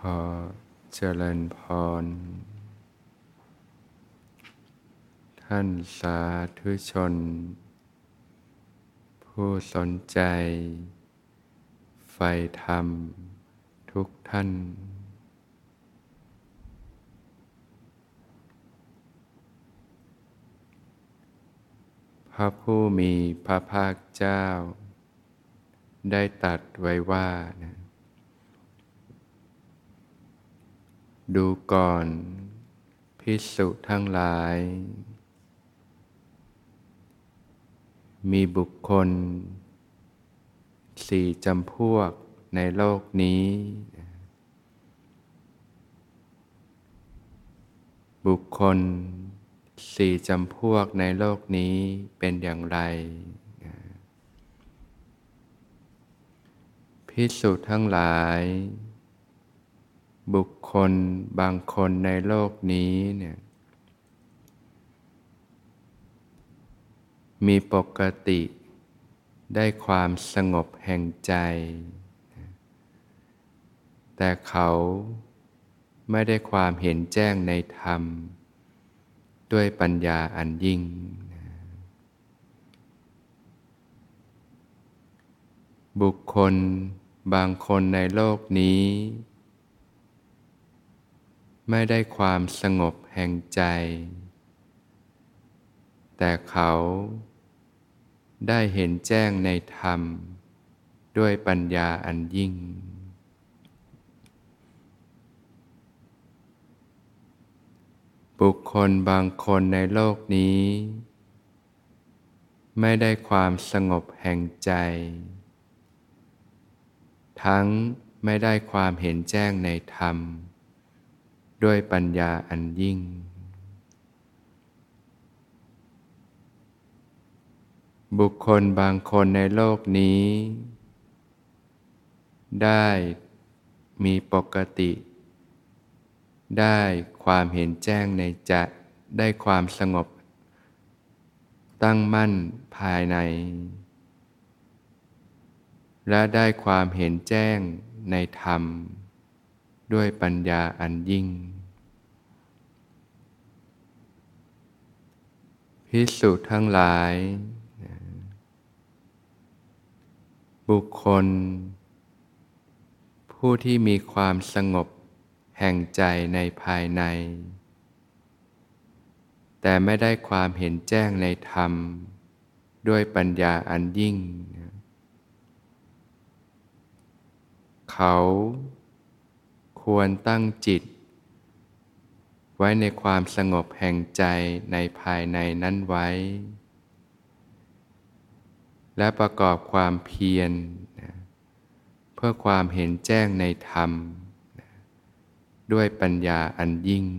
อเจริญพรท่านสาธุชนผู้สนใจใฝ่ธรรมทุกท่านพระผู้มีพระภาคเจ้าได้ตรัสไว้ว่านะดูก่อนภิกษุทั้งหลายมีบุคคลสี่จำพวกในโลกนี้บุคคลสี่จำพวกในโลกนี้เป็นอย่างไรภิกษุทั้งหลายบุคคลบางคนในโลกนี้เนี่ยมีปกติได้ความสงบแห่งใจแต่เขาไม่ได้ความเห็นแจ้งในธรรมด้วยปัญญาอันยิ่งบุคคลบางคนในโลกนี้ไม่ได้ความสงบแห่งใจแต่เขาได้เห็นแจ้งในธรรมด้วยปัญญาอันยิ่งบุคคลบางคนในโลกนี้ไม่ได้ความสงบแห่งใจทั้งไม่ได้ความเห็นแจ้งในธรรมด้วยปัญญาอันยิ่งบุคคลบางคนในโลกนี้ได้มีปกติได้ความเห็นแจ้งในจะได้ความสงบตั้งมั่นภายในและได้ความเห็นแจ้งในธรรมด้วยปัญญาอันยิ่งภิกษุทั้งหลายบุคคลผู้ที่มีความสงบแห่งใจในภายในแต่ไม่ได้ความเห็นแจ้งในธรรมด้วยปัญญาอันยิ่งเขาควรตั้งจิตไว้ในความสงบแห่งใจในภายในนั้นไว้และประกอบความเพียรเพื่อความเห็นแจ้งในธรรมด้วยปัญญาอันยิ่ง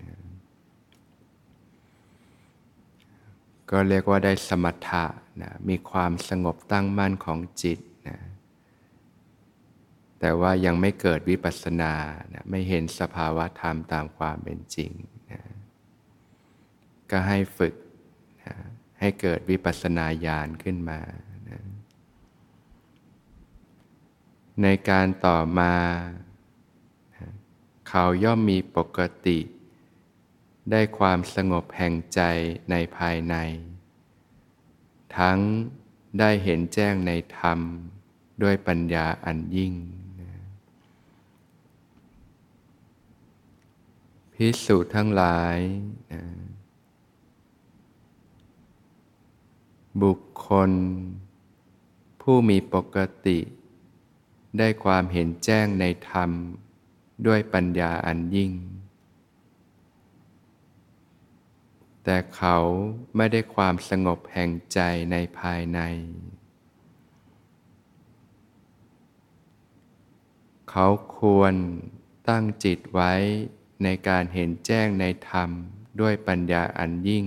ก็เรียกว่าได้สมถะนะมีความสงบตั้งมั่นของจิตนะแต่ว่ายังไม่เกิดวิปัสสนานะไม่เห็นสภาวะธรรมตามความเป็นจริงนะก็ให้ฝึกนะให้เกิดวิปัสสนาญาณขึ้นมานะในการต่อมานะเขาย่อมมีปกติได้ความสงบแห่งใจในภายในทั้งได้เห็นแจ้งในธรรมด้วยปัญญาอันยิ่งภิกษุทั้งหลายบุคคลผู้มีปกติได้ความเห็นแจ้งในธรรมด้วยปัญญาอันยิ่งแต่เขาไม่ได้ความสงบแห่งใจในภายในเขาควรตั้งจิตไว้ในการเห็นแจ้งในธรรมด้วยปัญญาอันยิ่ง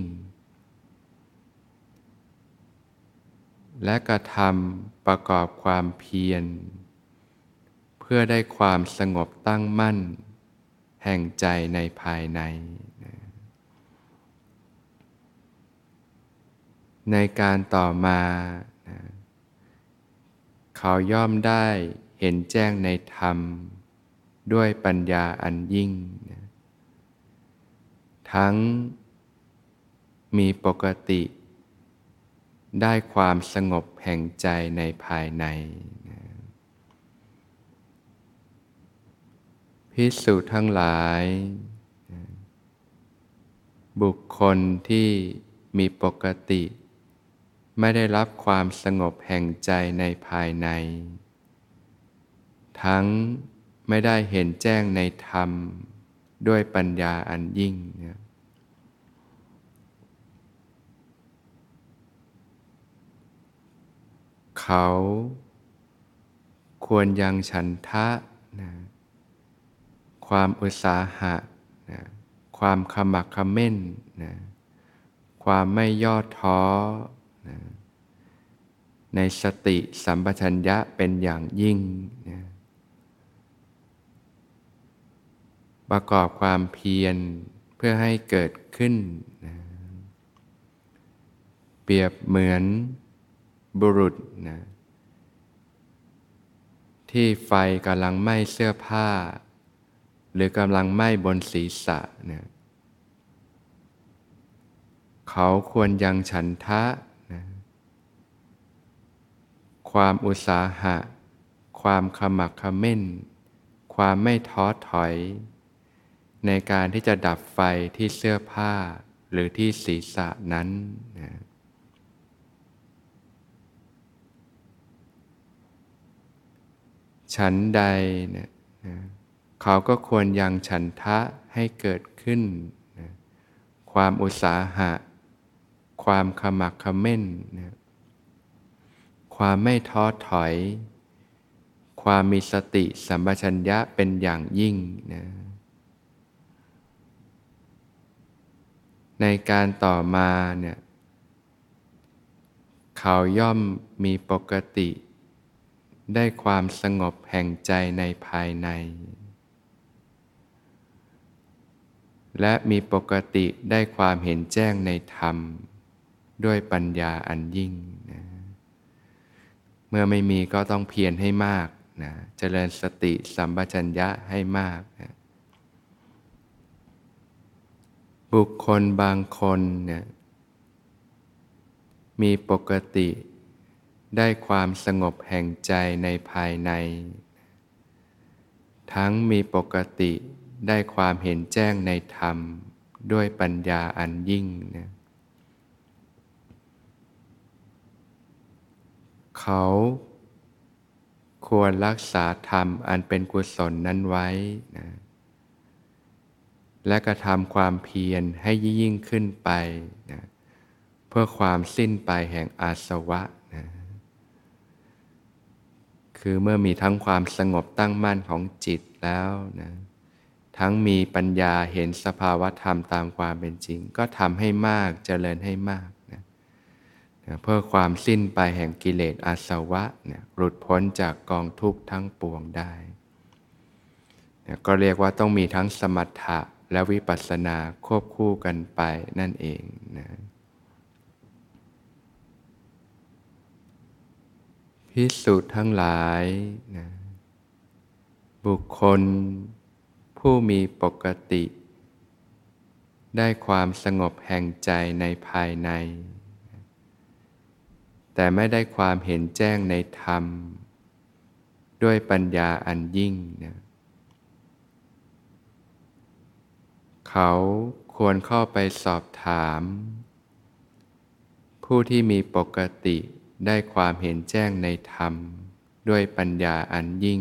และกระทำประกอบความเพียรเพื่อได้ความสงบตั้งมั่นแห่งใจในภายในในการต่อมาเขาย่อมได้เห็นแจ้งในธรรมด้วยปัญญาอันยิ่งนะทั้งมีปกติได้ความสงบแห่งใจในภายในนะภิกษุทั้งหลายนะบุคคลที่มีปกติไม่ได้รับความสงบแห่งใจในภายในทั้งไม่ได้เห็นแจ้งในธรรมด้วยปัญญาอันยิ่งนะเขาควรยังฉันทะนะความอุตสาหะนะความขมักเขม้นนะความไม่ย่อท้อนะในสติสัมปชัญญะเป็นอย่างยิ่งนะประกอบความเพียรเพื่อให้เกิดขึ้นนะเปรียบเหมือนบุรุษนะที่ไฟกำลังไหม้เสื้อผ้าหรือกำลังไหม้บนศีรษะเนี่ยเขาควรยังฉันทะนะความอุตสาหะความขมักเขม้นความไม่ท้อถอยในการที่จะดับไฟที่เสื้อผ้าหรือที่ศีรษะนั้นนะฉันใดเนี่ยนะเขาก็ควรยังฉันทะให้เกิดขึ้นนะความอุตสาหะความขมักเขม้นนะความไม่ท้อถอยความมีสติสัมปชัญญะเป็นอย่างยิ่งนะในการต่อมาเนี่ยเขาย่อมมีปกติได้ความสงบแห่งใจในภายในและมีปกติได้ความเห็นแจ้งในธรรมด้วยปัญญาอันยิ่งนะเมื่อไม่มีก็ต้องเพียรให้มากนะเจริญสติสัมปชัญญะให้มากนะบุคคลบางคนเนี่ยมีปกติได้ความสงบแห่งใจในภายในทั้งมีปกติได้ความเห็นแจ้งในธรรมด้วยปัญญาอันยิ่งนะเขาควรรักษาธรรมอันเป็นกุศลนั้นไว้นะและกระทำความเพียรให้ยิ่งขึ้นไปนะเพื่อความสิ้นไปแห่งอาสวะนะคือเมื่อมีทั้งความสงบตั้งมั่นของจิตแล้วนะทั้งมีปัญญาเห็นสภาวะธรรมตามความเป็นจริงก็ทำให้มากเจริญให้มากนะเพื่อความสิ้นไปแห่งกิเลสอาสวะเนี่ยหลุดพ้นจากกองทุกข์ทั้งปวงได้นะก็เรียกว่าต้องมีทั้งสมถะและวิปัสสนาควบคู่กันไปนั่นเองนะภิกษุทั้งหลายนะบุคคลผู้มีปกติได้ความสงบแห่งใจในภายในแต่ไม่ได้ความเห็นแจ้งในธรรมด้วยปัญญาอันยิ่งนะเขาควรเข้าไปสอบถามผู้ที่มีปกติได้ความเห็นแจ้งในธรรมด้วยปัญญาอันยิ่ง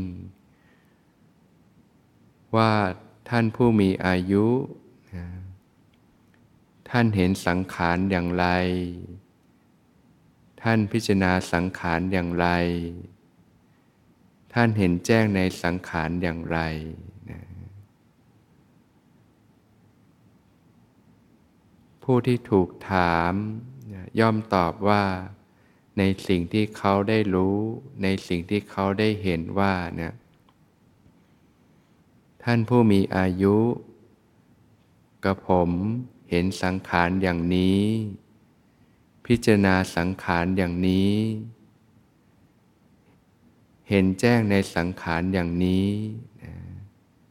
ว่าท่านผู้มีอายุนะท่านเห็นสังขารอย่างไรท่านพิจารณาสังขารอย่างไรท่านเห็นแจ้งในสังขารอย่างไรนะผู้ที่ถูกถามย่อมตอบว่าในสิ่งที่เขาได้รู้ในสิ่งที่เขาได้เห็นว่าเนี่ยท่านผู้มีอายุกับผมเห็นสังขารอย่างนี้พิจารณาสังขารอย่างนี้เห็นแจ้งในสังขารอย่างนี้นะ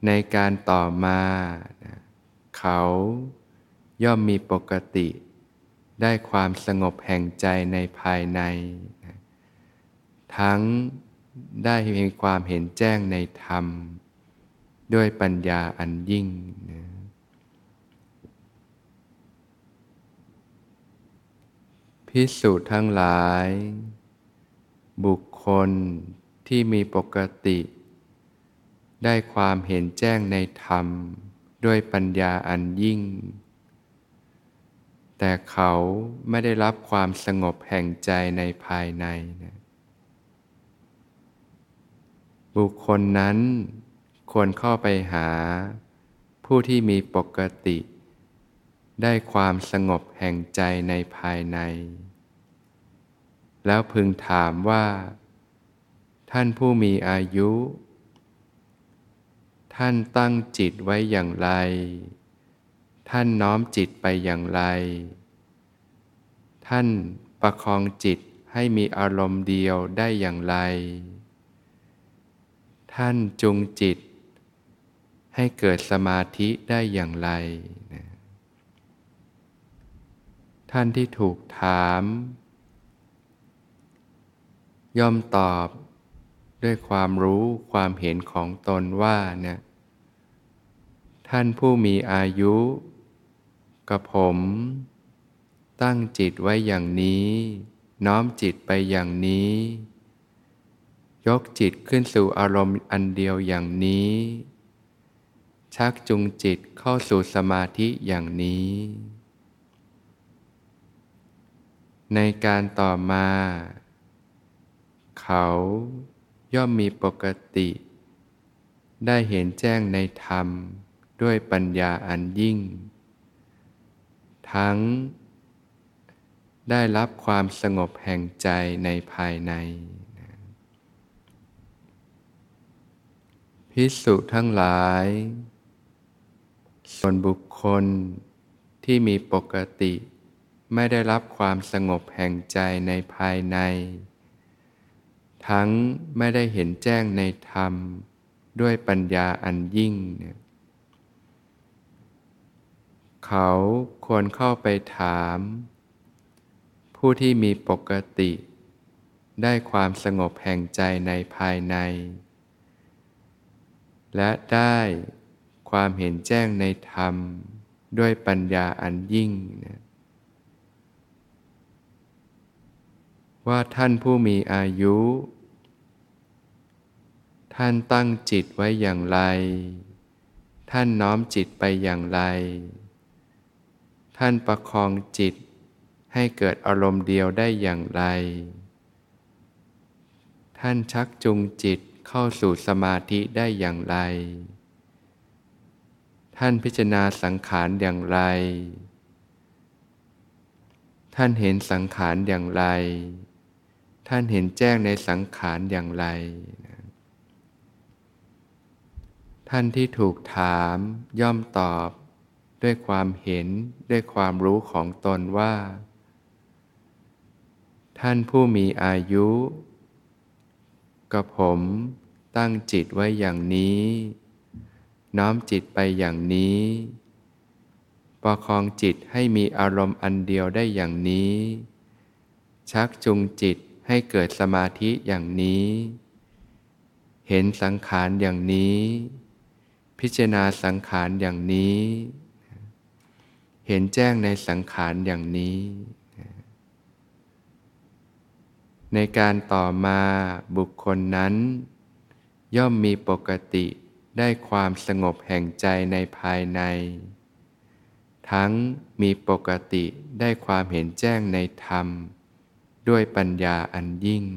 ในการต่อมาเขาย่อมมีปกติได้ความสงบแห่งใจในภายในทั้งได้มีความเห็นแจ้งในธรรมด้วยปัญญาอันยิ่งภิกษุทั้งหลายบุคคลที่มีปกติได้ความเห็นแจ้งในธรรมด้วยปัญญาอันยิ่งแต่เขาไม่ได้รับความสงบแห่งใจในภายในนะบุคคลนั้นควรเข้าไปหาผู้ที่มีปกติได้ความสงบแห่งใจในภายในแล้วพึงถามว่าท่านผู้มีอายุท่านตั้งจิตไว้อย่างไรท่านน้อมจิตไปอย่างไรท่านประคองจิตให้มีอารมณ์เดียวได้อย่างไรท่านจูงจิตให้เกิดสมาธิได้อย่างไรท่านที่ถูกถามย่อมตอบด้วยความรู้ความเห็นของตนว่าเนี่ยท่านผู้มีอายุกับผมตั้งจิตไว้อย่างนี้น้อมจิตไปอย่างนี้ยกจิตขึ้นสู่อารมณ์อันเดียวอย่างนี้ชักจูงจิตเข้าสู่สมาธิอย่างนี้ในการต่อมาเขาย่อมมีปกติได้เห็นแจ้งในธรรมด้วยปัญญาอันยิ่งทั้งได้รับความสงบแห่งใจในภายในภิกษุทั้งหลายส่วนบุคคลที่มีปกติไม่ได้รับความสงบแห่งใจในภายในทั้งไม่ได้เห็นแจ้งในธรรมด้วยปัญญาอันยิ่งเขาควรเข้าไปถามผู้ที่มีปกติได้ความสงบแห่งใจในภายในและได้ความเห็นแจ้งในธรรมด้วยปัญญาอันยิ่งว่าท่านผู้มีอายุท่านตั้งจิตไว้อย่างไรท่านน้อมจิตไปอย่างไรท่านประคองจิตให้เกิดอารมณ์เดียวได้อย่างไรท่านชักจูงจิตเข้าสู่สมาธิได้อย่างไรท่านพิจารณาสังขารอย่างไรท่านเห็นสังขารอย่างไรท่านเห็นแจ้งในสังขารอย่างไรท่านที่ถูกถามย่อมตอบด้วยความเห็นด้วยความรู้ของตนว่าท่านผู้มีอายุกับผมตั้งจิตไว้อย่างนี้น้อมจิตไปอย่างนี้ประคองจิตให้มีอารมณ์อันเดียวได้อย่างนี้ชักจูงจิตให้เกิดสมาธิอย่างนี้เห็นสังขารอย่างนี้พิจารณาสังขารอย่างนี้เห็นแจ้งในสังขารอย่างนี้ในการต่อมาบุคคลนั้นย่อมมีปกติได้ความสงบแห่งใจในภายในทั้งมีปกติได้ความเห็นแจ้งในธรรมด้วยปัญญาอันยิ่ง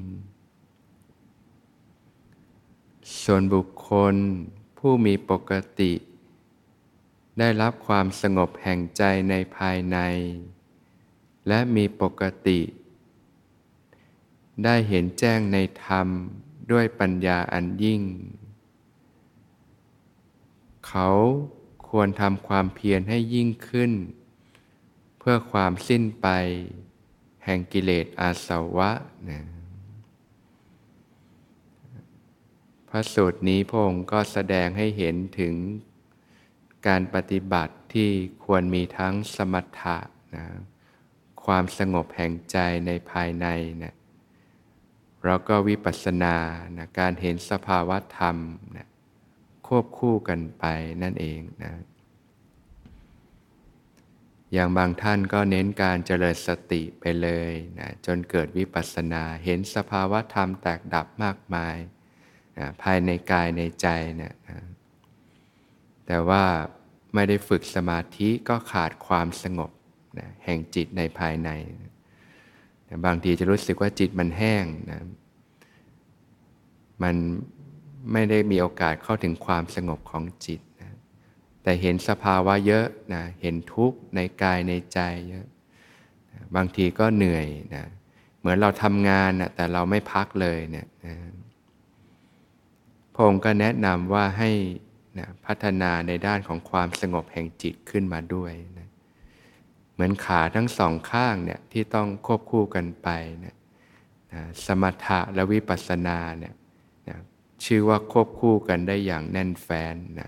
ส่วนบุคคลผู้มีปกติได้รับความสงบแห่งใจในภายในและมีปกติได้เห็นแจ้งในธรรมด้วยปัญญาอันยิ่งเขาควรทำความเพียรให้ยิ่งขึ้นเพื่อความสิ้นไปแห่งกิเลสอาสวะนะภระสูตรนี้พระองค์ก็แสดงให้เห็นถึงการปฏิบัติที่ควรมีทั้งสมถะนะความสงบแห่งใจในภายในนะแล้วก็วิปัสสนานะการเห็นสภาวะธรรมนะควบคู่กันไปนั่นเองนะอย่างบางท่านก็เน้นการเจริญสติไปเลยนะจนเกิดวิปัสสนาเห็นสภาวะธรรมแตกดับมากมายนะภายในกายในใจนะแต่ว่าไม่ได้ฝึกสมาธิก็ขาดความสงบนะแห่งจิตในภายในนะบางทีจะรู้สึกว่าจิตมันแห้งนะมันไม่ได้มีโอกาสเข้าถึงความสงบของจิตนะแต่เห็นสภาวะเยอะนะเห็นทุกข์ในกายในใจเยอะนะบางทีก็เหนื่อยนะเหมือนเราทำงานนะแต่เราไม่พักเลยเนี่ยนะพระองค์ก็แนะนำว่าให้นะพัฒนาในด้านของความสงบแห่งจิตขึ้นมาด้วยนะเหมือนขาทั้งสองข้างเนี่ยที่ต้องควบคู่กันไปนะสมถะและวิปัสสนาเนี่ยนะชื่อว่าควบคู่กันได้อย่างแน่นแฟ้นนะ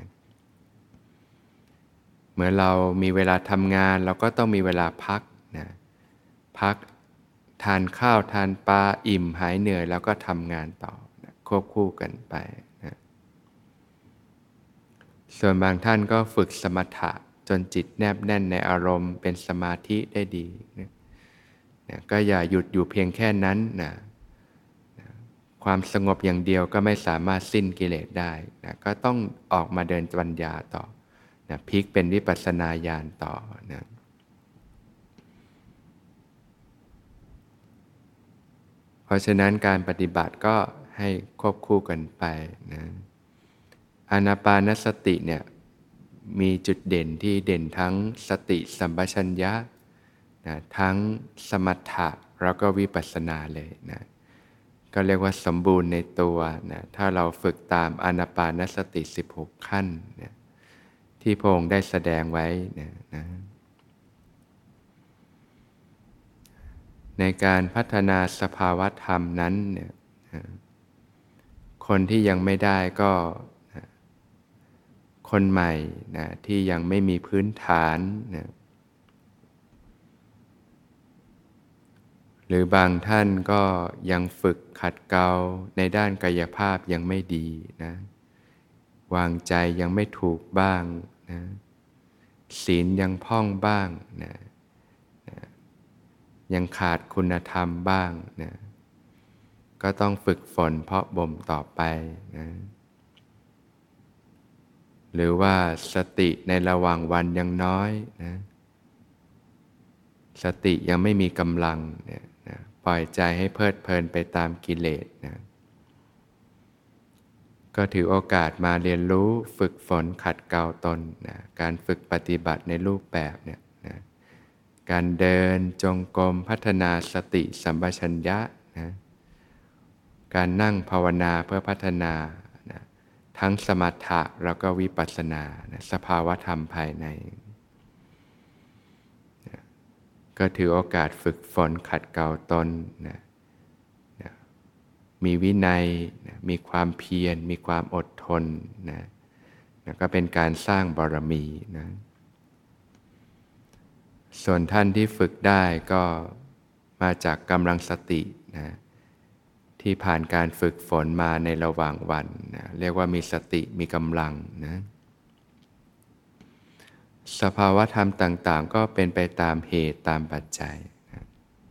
เหมือนเรามีเวลาทำงานเราก็ต้องมีเวลาพักนะพักทานข้าวทานปลาอิ่มหายเหนื่อยแล้วก็ทำงานต่อนะควบคู่กันไปนะส่วนบางท่านก็ฝึกสมถะจนจิตแนบแน่นในอารมณ์เป็นสมาธิได้ดีนะก็อย่าหยุดอยู่เพียงแค่นั้นนะความสงบอย่างเดียวก็ไม่สามารถสิ้นกิเลสได้นะก็ต้องออกมาเดินปัญญาต่อนะพลิกเป็นวิปัสสนาญาณต่อนะเพราะฉะนั้นการปฏิบัติก็ให้ควบคู่กันไปนะอานาปานสติเนี่ยมีจุดเด่นที่เด่นทั้งสติสัมปชัญญะนะทั้งสมถะแล้วก็วิปัสสนาเลยนะก็เรียกว่าสมบูรณ์ในตัวนะถ้าเราฝึกตามอานาปานสติ16ขั้นนะที่พระองค์ได้แสดงไว้นะในการพัฒนาสภาวะธรรมนั้นเนี่ยคนที่ยังไม่ได้ก็คนใหม่นะที่ยังไม่มีพื้นฐานนะหรือบางท่านก็ยังฝึกขัดเกลาในด้านกายภาพยังไม่ดีนะวางใจยังไม่ถูกบ้างนะศีลยังพร่องบ้างนะยังขาดคุณธรรมบ้างนะก็ต้องฝึกฝนเพาะบ่มต่อไปนะหรือว่าสติในระหว่างวันยังน้อยนะสติยังไม่มีกำลังเนี่ยนะปล่อยใจให้เพลิดเพลินไปตามกิเลสนะก็ถือโอกาสมาเรียนรู้ฝึกฝนขัดเกลาตนนะการฝึกปฏิบัติในรูปแบบเนี่ยนะการเดินจงกรมพัฒนาสติสัมปชัญญะนะการนั่งภาวนาเพื่อพัฒนานะทั้งสมถะแล้วก็วิปัสสนานะสภาวะธรรมภายในนะก็ถือโอกาสฝึกฝนขัดเกลาตนนะมีวินัยนะมีความเพียรมีความอดทนนะก็เป็นการสร้างบารมีนะส่วนท่านที่ฝึกได้ก็มาจากกำลังสตินะที่ผ่านการฝึกฝนมาในระหว่างวันนะเรียกว่ามีสติมีกำลังนะสภาวะธรรมต่างๆก็เป็นไปตามเหตุตามปัจจัยนะ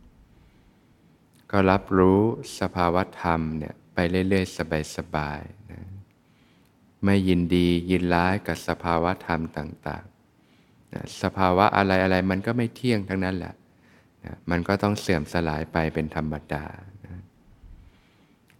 ก็รับรู้สภาวะธรรมเนี่ยไปเรื่อยๆสบายๆนะไม่ยินดียินร้ายกับสภาวะธรรมต่างๆนะสภาวะอะไรๆมันก็ไม่เที่ยงทั้งนั้นแหละนะมันก็ต้องเสื่อมสลายไปเป็นธรรมดา